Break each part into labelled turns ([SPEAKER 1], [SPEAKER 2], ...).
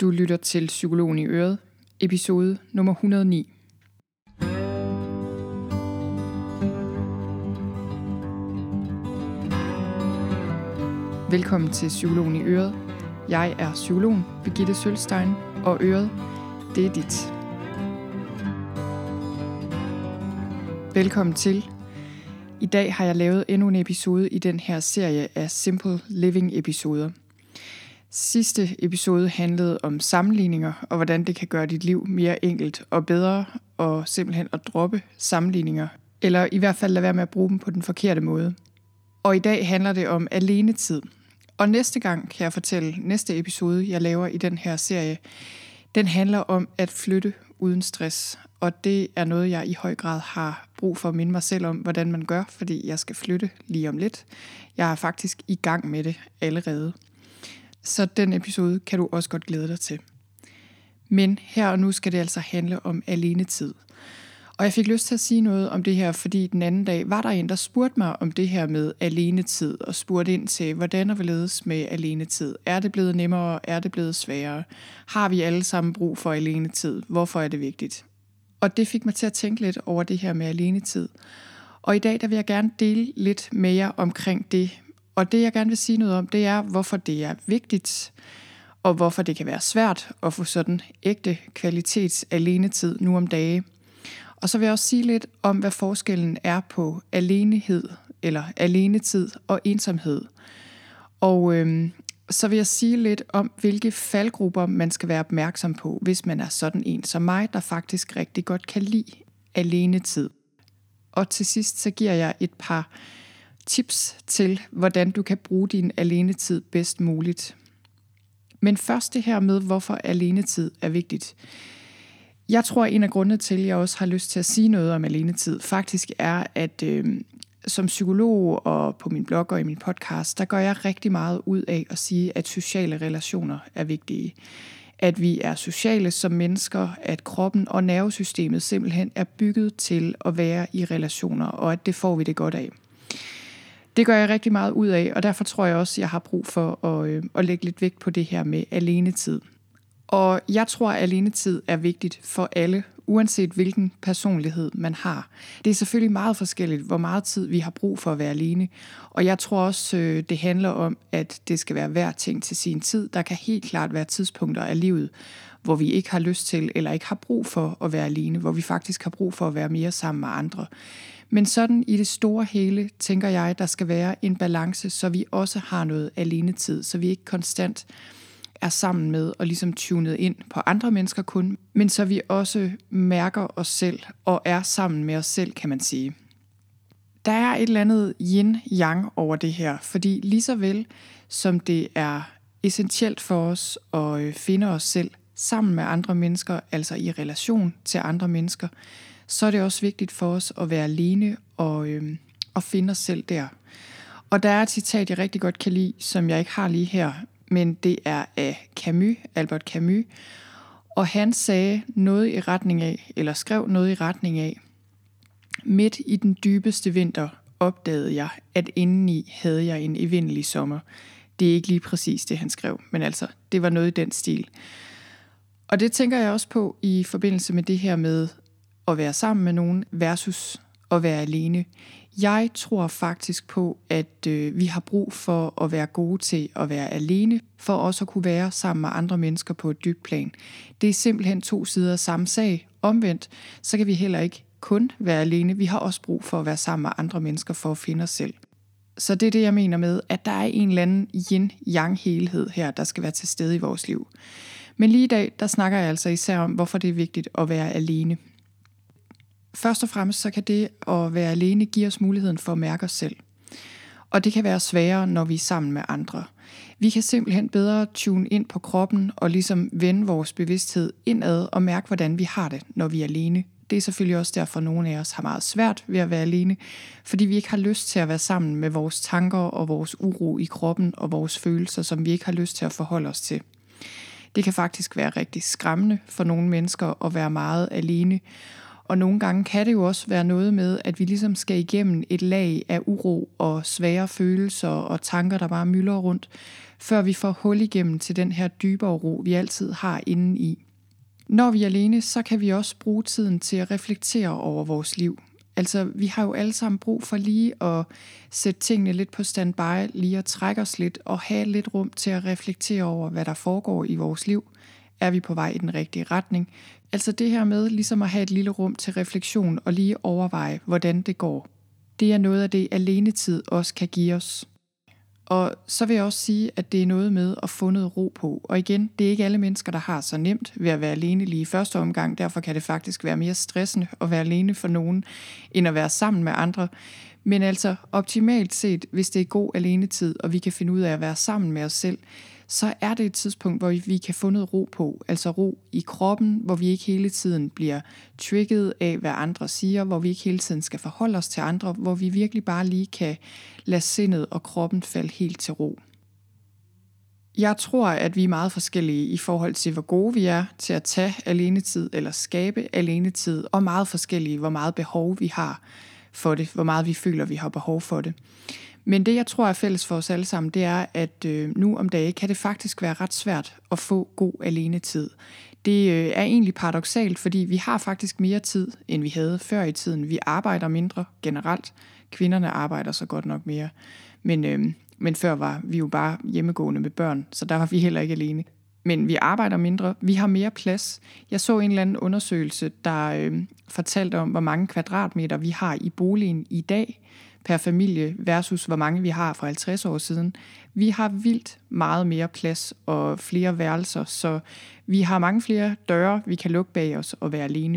[SPEAKER 1] Du lytter til Psykologen i Øret, episode nummer 109. Velkommen til Psykologen i Øret. Jeg er psykologen Birgitte Sølstein, og Øret, det er dit. Velkommen til. I dag har jeg lavet endnu en episode i den her serie af Simple Living episoder. Sidste episode handlede om sammenligninger og hvordan det kan gøre dit liv mere enkelt og bedre, og simpelthen at droppe sammenligninger, eller i hvert fald lade være med at bruge dem på den forkerte måde. Og i dag handler det om alenetid. Og næste gang kan jeg fortælle, næste episode jeg laver i den her serie, den handler om at flytte uden stress. Og det er noget, jeg i høj grad har brug for at minde mig selv om, hvordan man gør, fordi jeg skal flytte lige om lidt. Jeg er faktisk i gang med det allerede. Så den episode kan du også godt glæde dig til. Men her og nu skal det altså handle om alenetid. Og jeg fik lyst til at sige noget om det her, fordi den anden dag var der en, der spurgte mig om det her med alenetid, og spurgte ind til, hvordan er hvorledes med alenetid? Er det blevet nemmere? Er det blevet sværere? Har vi alle sammen brug for alenetid? Hvorfor er det vigtigt? Og det fik mig til at tænke lidt over det her med alenetid. Og i dag der vil jeg gerne dele lidt med jer omkring det. Og det jeg gerne vil sige noget om, det er, hvorfor det er vigtigt, og hvorfor det kan være svært at få sådan ægte kvalitets alenetid nu om dage. Og så vil jeg også sige lidt om, hvad forskellen er på alenehed, eller alenetid og ensomhed. Og så vil jeg sige lidt om, hvilke faldgrupper man skal være opmærksom på, hvis man er sådan en som mig, der faktisk rigtig godt kan lide alenetid. Og til sidst så giver jeg et par tips til, hvordan du kan bruge din alenetid bedst muligt. Men først det her med, hvorfor alenetid er vigtigt. Jeg tror, en af grundene til, at jeg også har lyst til at sige noget om alenetid, faktisk er, at som psykolog og på min blog og i min podcast, der gør jeg rigtig meget ud af at sige, at sociale relationer er vigtige. At vi er sociale som mennesker, at kroppen og nervesystemet simpelthen er bygget til at være i relationer, og at det får vi det godt af. Det gør jeg rigtig meget ud af, og derfor tror jeg også, at jeg har brug for at lægge lidt vægt på det her med alenetid. Og jeg tror, at alenetid er vigtigt for alle, uanset hvilken personlighed man har. Det er selvfølgelig meget forskelligt, hvor meget tid vi har brug for at være alene. Og jeg tror også, det handler om, at det skal være hver ting til sin tid. Der kan helt klart være tidspunkter af livet, hvor vi ikke har lyst til eller ikke har brug for at være alene, hvor vi faktisk har brug for at være mere sammen med andre. Men sådan i det store hele, tænker jeg, der skal være en balance, så vi også har noget alenetid, så vi ikke konstant er sammen med og ligesom tunet ind på andre mennesker kun, men så vi også mærker os selv og er sammen med os selv, kan man sige. Der er et eller andet yin-yang over det her, fordi lige så vel som det er essentielt for os at finde os selv sammen med andre mennesker, altså i relation til andre mennesker, så er det også vigtigt for os at være alene og finde os selv der. Og der er et citat, jeg rigtig godt kan lide, som jeg ikke har lige her, men det er af Camus, Albert Camus, og han sagde noget i retning af, eller skrev noget i retning af: midt i den dybeste vinter opdagede jeg, at indeni havde jeg en evindelig sommer. Det er ikke lige præcis det, han skrev, men altså, det var noget i den stil. Og det tænker jeg også på i forbindelse med det her med at være sammen med nogen versus at være alene. Jeg tror faktisk på, at vi har brug for at være gode til at være alene, for også at kunne være sammen med andre mennesker på et dybt plan. Det er simpelthen to sider af samme sag. Omvendt, så kan vi heller ikke kun være alene. Vi har også brug for at være sammen med andre mennesker for at finde os selv. Så det er det, jeg mener med, at der er en eller anden yin-yang-helhed her, der skal være til stede i vores liv. Men lige i dag, der snakker jeg altså især om, hvorfor det er vigtigt at være alene. Først og fremmest så kan det at være alene give os muligheden for at mærke os selv. Og det kan være sværere, når vi er sammen med andre. Vi kan simpelthen bedre tune ind på kroppen og ligesom vende vores bevidsthed indad og mærke, hvordan vi har det, når vi er alene. Det er selvfølgelig også derfor, at nogle af os har meget svært ved at være alene, fordi vi ikke har lyst til at være sammen med vores tanker og vores uro i kroppen og vores følelser, som vi ikke har lyst til at forholde os til. Det kan faktisk være rigtig skræmmende for nogle mennesker at være meget alene. Og nogle gange kan det jo også være noget med, at vi ligesom skal igennem et lag af uro og svære følelser og tanker, der bare myldrer rundt, før vi får hul igennem til den her dybere ro, vi altid har inde i. Når vi er alene, så kan vi også bruge tiden til at reflektere over vores liv. Altså, vi har jo alle sammen brug for lige at sætte tingene lidt på standby, lige at trække os lidt og have lidt rum til at reflektere over, hvad der foregår i vores liv. Er vi på vej i den rigtige retning? Altså det her med ligesom at have et lille rum til refleksion og lige overveje, hvordan det går. Det er noget af det, alenetid også kan give os. Og så vil jeg også sige, at det er noget med at få noget ro på. Og igen, det er ikke alle mennesker, der har så nemt ved at være alene lige i første omgang. Derfor kan det faktisk være mere stressende at være alene for nogen, end at være sammen med andre. Men altså optimalt set, hvis det er god alenetid, og vi kan finde ud af at være sammen med os selv, så er det et tidspunkt, hvor vi kan få noget ro på. Altså ro i kroppen, hvor vi ikke hele tiden bliver trigget af, hvad andre siger, hvor vi ikke hele tiden skal forholde os til andre, hvor vi virkelig bare lige kan lade sindet og kroppen falde helt til ro. Jeg tror, at vi er meget forskellige i forhold til, hvor gode vi er til at tage alenetid eller skabe alenetid, og meget forskellige, hvor meget behov vi har for det, hvor meget vi føler, vi har behov for det. Men det, jeg tror er fælles for os alle sammen, det er, at nu om dagen kan det faktisk være ret svært at få god alenetid. Det er egentlig paradoksalt, fordi vi har faktisk mere tid, end vi havde før i tiden. Vi arbejder mindre generelt. Kvinderne arbejder så godt nok mere. Men før var vi jo bare hjemmegående med børn, så der var vi heller ikke alene. Men vi arbejder mindre, vi har mere plads. Jeg så en eller anden undersøgelse, der fortalte om, hvor mange kvadratmeter vi har i boligen i dag per familie versus hvor mange vi har for 50 år siden. Vi har vildt meget mere plads og flere værelser, så vi har mange flere døre, vi kan lukke bag os og være alene.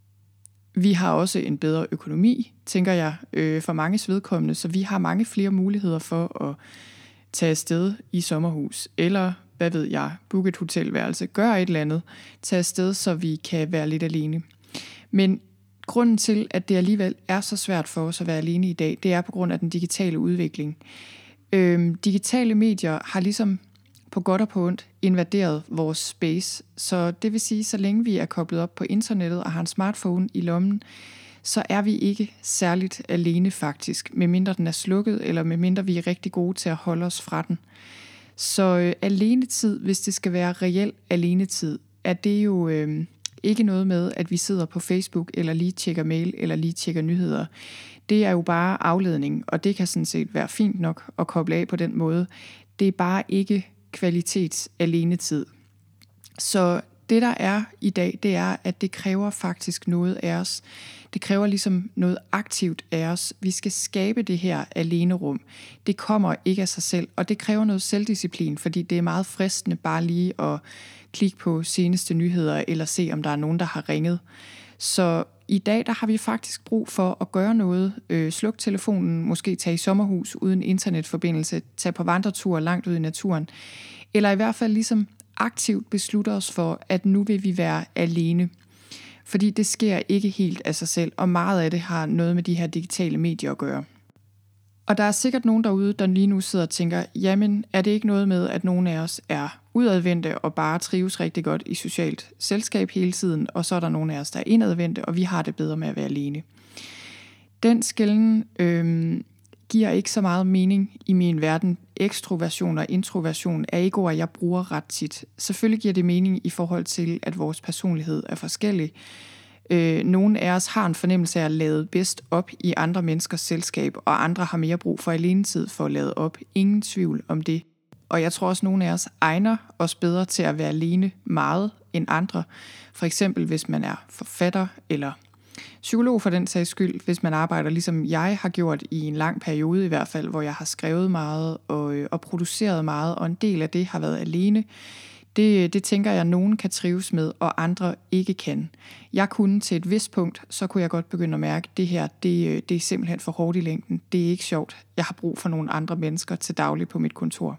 [SPEAKER 1] Vi har også en bedre økonomi, tænker jeg, for manges vedkommende, så vi har mange flere muligheder for at tage afsted i sommerhus, eller hvad ved jeg, booke et hotelværelse, gøre et eller andet, tage afsted, så vi kan være lidt alene. Men grunden til, at det alligevel er så svært for os at være alene i dag, det er på grund af den digitale udvikling. Digitale medier har ligesom på godt og på ondt invaderet vores space, så det vil sige, så længe vi er koblet op på internettet og har en smartphone i lommen, så er vi ikke særligt alene faktisk, medmindre den er slukket, eller medmindre vi er rigtig gode til at holde os fra den. Så alenetid, hvis det skal være reel alenetid, er det jo ikke noget med, at vi sidder på Facebook, eller lige tjekker mail, eller lige tjekker nyheder. Det er jo bare afledning, og det kan sådan set være fint nok at koble af på den måde. Det er bare ikke kvalitets alenetid. Så det, der er i dag, det er, at det kræver faktisk noget af os. Det kræver ligesom noget aktivt af os. Vi skal skabe det her alenerum. Det kommer ikke af sig selv, og det kræver noget selvdisciplin, fordi det er meget fristende bare lige at klikke på seneste nyheder, eller se, om der er nogen, der har ringet. Så i dag, der har vi faktisk brug for at gøre noget. Sluk telefonen, måske tage i sommerhus uden internetforbindelse, tage på vandretur langt ud i naturen, eller i hvert fald ligesom aktivt beslutte os for, at nu vil vi være alene. Fordi det sker ikke helt af sig selv, og meget af det har noget med de her digitale medier at gøre. Og der er sikkert nogen derude, der lige nu sidder og tænker, jamen er det ikke noget med, at nogen af os er udadvendte og bare trives rigtig godt i socialt selskab hele tiden, og så er der nogen af os, der er indadvendte, og vi har det bedre med at være alene. Den skelnen giver ikke så meget mening i min verden. Ekstroversion og introversion er ikke ord, jeg bruger ret tit. Selvfølgelig giver det mening i forhold til, at vores personlighed er forskellig. Nogle af os har en fornemmelse af at lade bedst op i andre menneskers selskab, og andre har mere brug for alenetid for at lade op. Ingen tvivl om det. Og jeg tror også, at nogle af os egner os bedre til at være alene meget end andre. For eksempel hvis man er forfatter eller psykolog for den sags skyld, hvis man arbejder ligesom jeg har gjort i en lang periode i hvert fald, hvor jeg har skrevet meget og produceret meget, og en del af det har været alene. Det tænker jeg, at nogen kan trives med, og andre ikke kan. Jeg kunne til et vist punkt, så kunne jeg godt begynde at mærke, at det her, det er simpelthen for hårdt i længden. Det er ikke sjovt. Jeg har brug for nogle andre mennesker til daglig på mit kontor.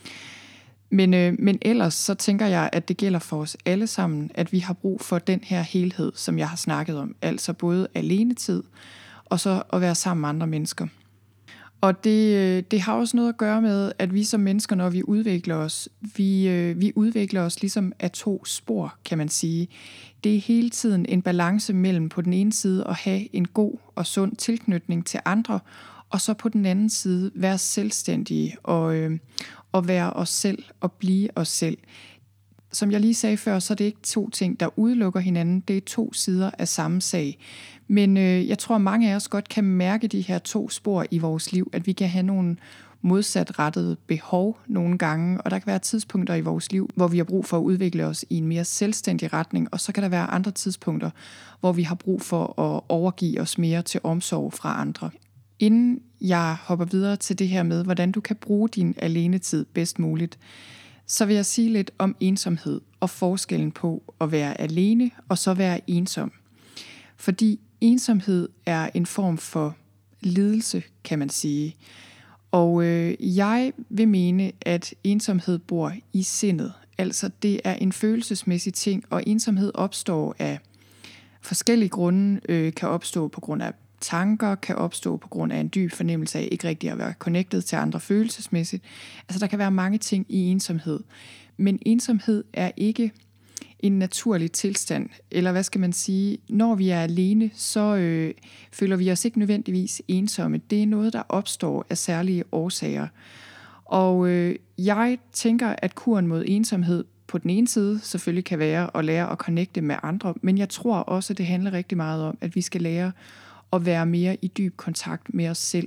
[SPEAKER 1] Men ellers så tænker jeg, at det gælder for os alle sammen, at vi har brug for den her helhed, som jeg har snakket om. Altså både alenetid og så at være sammen med andre mennesker. Og det har også noget at gøre med, at vi som mennesker, når vi udvikler os, vi udvikler os ligesom af 2 spor, kan man sige. Det er hele tiden en balance mellem på den ene side at have en god og sund tilknytning til andre, og så på den anden side være selvstændige og være os selv og blive os selv. Som jeg lige sagde før, så er det ikke 2 ting, der udelukker hinanden. Det er 2 sider af samme sag. Men jeg tror, mange af os godt kan mærke de her 2 spor i vores liv, at vi kan have nogle modsatrettede behov nogle gange, og der kan være tidspunkter i vores liv, hvor vi har brug for at udvikle os i en mere selvstændig retning, og så kan der være andre tidspunkter, hvor vi har brug for at overgive os mere til omsorg fra andre. Inden jeg hopper videre til det her med, hvordan du kan bruge din alenetid bedst muligt, så vil jeg sige lidt om ensomhed og forskellen på at være alene og så være ensom. Fordi ensomhed er en form for lidelse, kan man sige. Og jeg vil mene, at ensomhed bor i sindet. Altså det er en følelsesmæssig ting, og ensomhed opstår af forskellige grunde. Kan opstå på grund af tanker, kan opstå på grund af en dyb fornemmelse af ikke rigtig at være connected til andre følelsesmæssigt. Altså der kan være mange ting i ensomhed. Men ensomhed er ikke en naturlig tilstand, eller hvad skal man sige, når vi er alene, så føler vi os ikke nødvendigvis ensomme. Det er noget, der opstår af særlige årsager. Og jeg tænker, at kuren mod ensomhed på den ene side selvfølgelig kan være at lære at connecte med andre, men jeg tror også, at det handler rigtig meget om, at vi skal lære at være mere i dyb kontakt med os selv.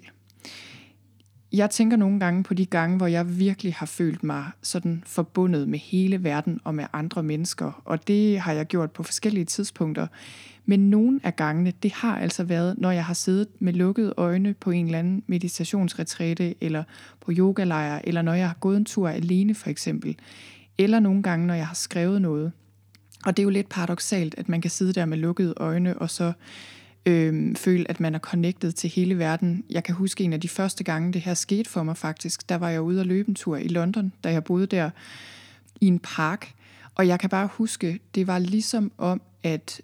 [SPEAKER 1] Jeg tænker nogle gange på de gange, hvor jeg virkelig har følt mig sådan forbundet med hele verden og med andre mennesker, og det har jeg gjort på forskellige tidspunkter. Men nogle af gangene, det har altså været, når jeg har siddet med lukkede øjne på en eller anden meditationsretræte, eller på yogalejr, eller når jeg har gået en tur alene for eksempel, eller nogle gange, når jeg har skrevet noget. Og det er jo lidt paradoksalt, at man kan sidde der med lukkede øjne, og så føle, at man er connected til hele verden. Jeg kan huske en af de første gange, det her skete for mig faktisk. Der var jeg ude at løbe en tur i London, da jeg boede der i en park. Og jeg kan bare huske, det var ligesom om, at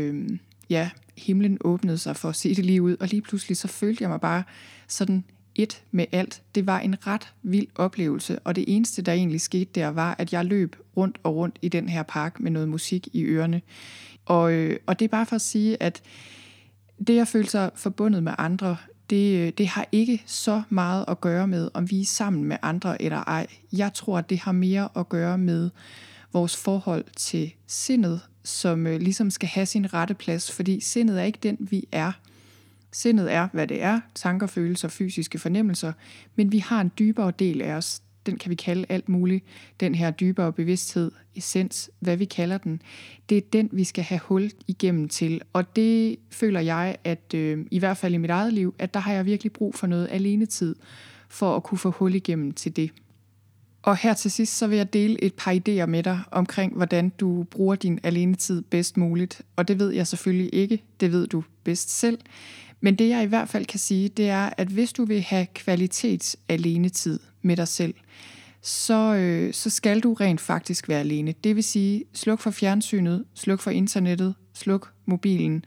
[SPEAKER 1] himlen åbnede sig for at se det lige ud. Og lige pludselig så følte jeg mig bare sådan et med alt. Det var en ret vild oplevelse. Og det eneste, der egentlig skete der, var, at jeg løb rundt og rundt i den her park med noget musik i ørerne. Og det er bare for at sige, at det at føle sig forbundet med andre, det har ikke så meget at gøre med, om vi er sammen med andre eller ej. Jeg tror, at det har mere at gøre med vores forhold til sindet, som ligesom skal have sin rette plads, fordi sindet er ikke den, vi er. Sindet er, hvad det er, tanker, følelser, fysiske fornemmelser, men vi har en dybere del af os. Den kan vi kalde alt muligt. Den her dybere bevidsthed, essens, hvad vi kalder den. Det er den, vi skal have hul igennem til. Og det føler jeg, at i hvert fald i mit eget liv, at der har jeg virkelig brug for noget alenetid, for at kunne få hul igennem til det. Og her til sidst, så vil jeg dele et par idéer med dig omkring, hvordan du bruger din alenetid bedst muligt. Og det ved jeg selvfølgelig ikke. Det ved du bedst selv. Men det jeg i hvert fald kan sige, det er, at hvis du vil have kvalitets alenetid med dig selv, så skal du rent faktisk være alene. Det vil sige, sluk for fjernsynet, sluk for internettet, sluk mobilen,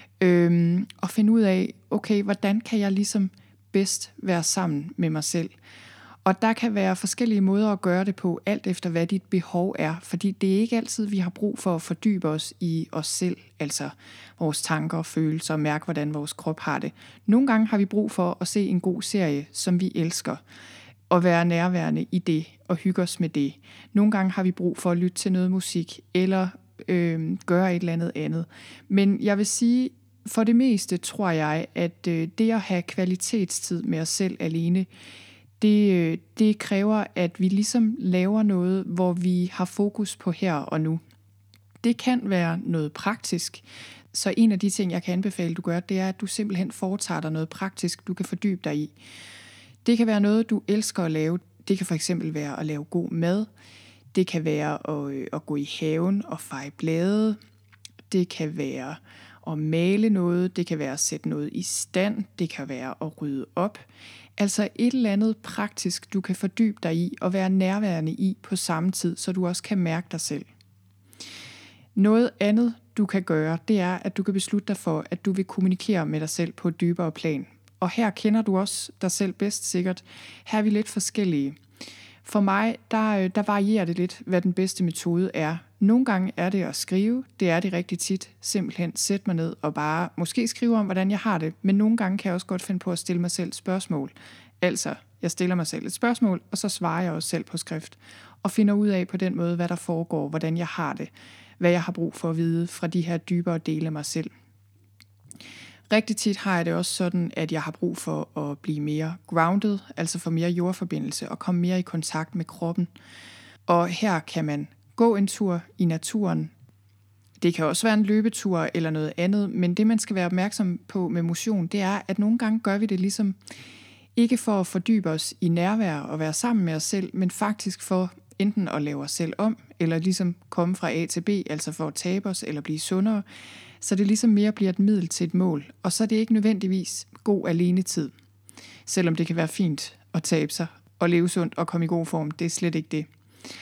[SPEAKER 1] og find ud af, okay, hvordan kan jeg ligesom bedst være sammen med mig selv? Og der kan være forskellige måder at gøre det på, alt efter hvad dit behov er, fordi det er ikke altid, vi har brug for at fordybe os i os selv, altså vores tanker og følelser, og mærke, hvordan vores krop har det. Nogle gange har vi brug for at se en god serie, som vi elsker, og være nærværende i det, og hygge os med det. Nogle gange har vi brug for at lytte til noget musik, eller gøre et eller andet andet. Men jeg vil sige, for det meste tror jeg, at det at have kvalitetstid med os selv alene, det kræver, at vi ligesom laver noget, hvor vi har fokus på her og nu. Det kan være noget praktisk. Så en af de ting, jeg kan anbefale, du gør, det er, at du simpelthen foretager dig noget praktisk, du kan fordybe dig i. Det kan være noget, du elsker at lave. Det kan for eksempel være at lave god mad. Det kan være at gå i haven og feje blade. Det kan være at male noget. Det kan være at sætte noget i stand. Det kan være at rydde op. Altså et eller andet praktisk, du kan fordybe dig i og være nærværende i på samme tid, så du også kan mærke dig selv. Noget andet, du kan gøre, det er, at du kan beslutte dig for, at du vil kommunikere med dig selv på et dybere plan. Og her kender du også dig selv bedst sikkert. Her er vi lidt forskellige. For mig, der varierer det lidt, hvad den bedste metode er. Nogle gange er det at skrive. Det er det rigtig tit. Simpelthen sætte mig ned og bare måske skrive om, hvordan jeg har det. Men nogle gange kan jeg også godt finde på at stille mig selv spørgsmål. Altså, jeg stiller mig selv et spørgsmål, og så svarer jeg også selv på skrift. Og finder ud af på den måde, hvad der foregår, hvordan jeg har det. Hvad jeg har brug for at vide fra de her dybere dele af mig selv. Rigtig tit har jeg det også sådan, at jeg har brug for at blive mere grounded, altså få mere jordforbindelse og komme mere i kontakt med kroppen. Og her kan man gå en tur i naturen. Det kan også være en løbetur eller noget andet, men det man skal være opmærksom på med motion, det er, at nogle gange gør vi det ligesom ikke for at fordybe os i nærvær og være sammen med os selv, men faktisk for enten at lave os selv om, eller ligesom komme fra A til B, altså for at tabe os eller blive sundere. Så det ligesom mere bliver et middel til et mål. Og så er det ikke nødvendigvis god alenetid. Selvom det kan være fint at tabe sig og leve sundt og komme i god form. Det er slet ikke det.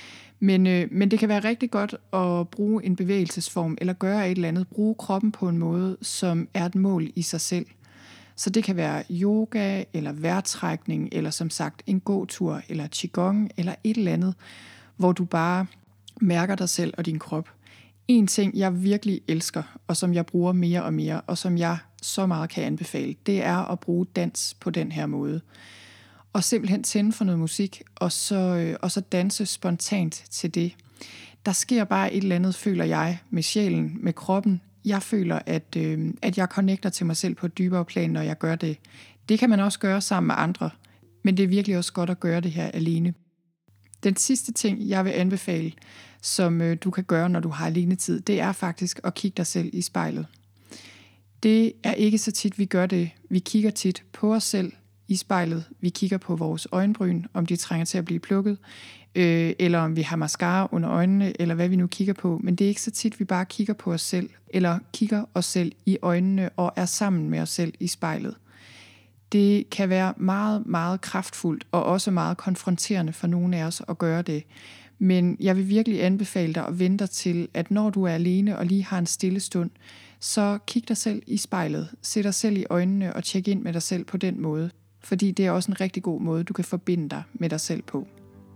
[SPEAKER 1] Men det kan være rigtig godt at bruge en bevægelsesform eller gøre et eller andet. Bruge kroppen på en måde, som er et mål i sig selv. Så det kan være yoga eller vejrtrækning eller som sagt en gåtur eller qigong eller et eller andet, hvor du bare mærker dig selv og din krop. En ting, jeg virkelig elsker, og som jeg bruger mere og mere, og som jeg så meget kan anbefale, det er at bruge dans på den her måde. Og simpelthen tænde for noget musik, og så danse spontant til det. Der sker bare et eller andet, føler jeg, med sjælen, med kroppen. Jeg føler, at jeg connecter til mig selv på et dybere plan, når jeg gør det. Det kan man også gøre sammen med andre, men det er virkelig også godt at gøre det her alene. Den sidste ting, jeg vil anbefale, som du kan gøre, når du har alenetid, det er faktisk at kigge dig selv i spejlet. Det er ikke så tit, vi gør det. Vi kigger tit på os selv i spejlet. Vi kigger på vores øjenbryn, om de trænger til at blive plukket, eller om vi har mascara under øjnene, eller hvad vi nu kigger på. Men det er ikke så tit, vi bare kigger på os selv, eller kigger os selv i øjnene og er sammen med os selv i spejlet. Det kan være meget, meget kraftfuldt og også meget konfronterende for nogle af os at gøre det. Men jeg vil virkelig anbefale dig at vente til, at når du er alene og lige har en stille stund, så kig dig selv i spejlet, sæt dig selv i øjnene og tjek ind med dig selv på den måde. Fordi det er også en rigtig god måde, du kan forbinde dig med dig selv på.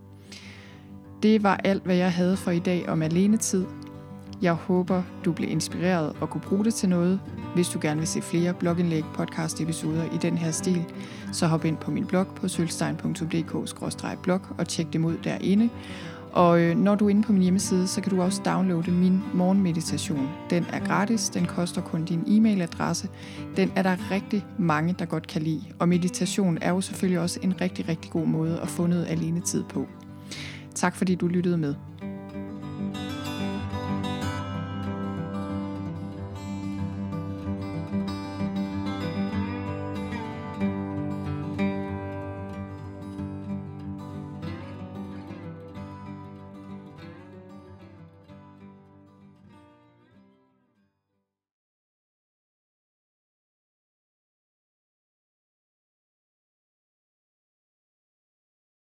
[SPEAKER 1] Det var alt, hvad jeg havde for i dag om alenetid. Jeg håber, du blev inspireret og kunne bruge det til noget. Hvis du gerne vil se flere blogindlæg, podcast-episoder i den her stil, så hop ind på min blog på sølvstein.dk/blog og tjek dem ud derinde. Og når du er inde på min hjemmeside, så kan du også downloade min morgenmeditation. Den er gratis, den koster kun din e-mailadresse. Den er der rigtig mange, der godt kan lide. Og meditation er jo selvfølgelig også en rigtig, rigtig god måde at få noget alenetid på. Tak fordi du lyttede med.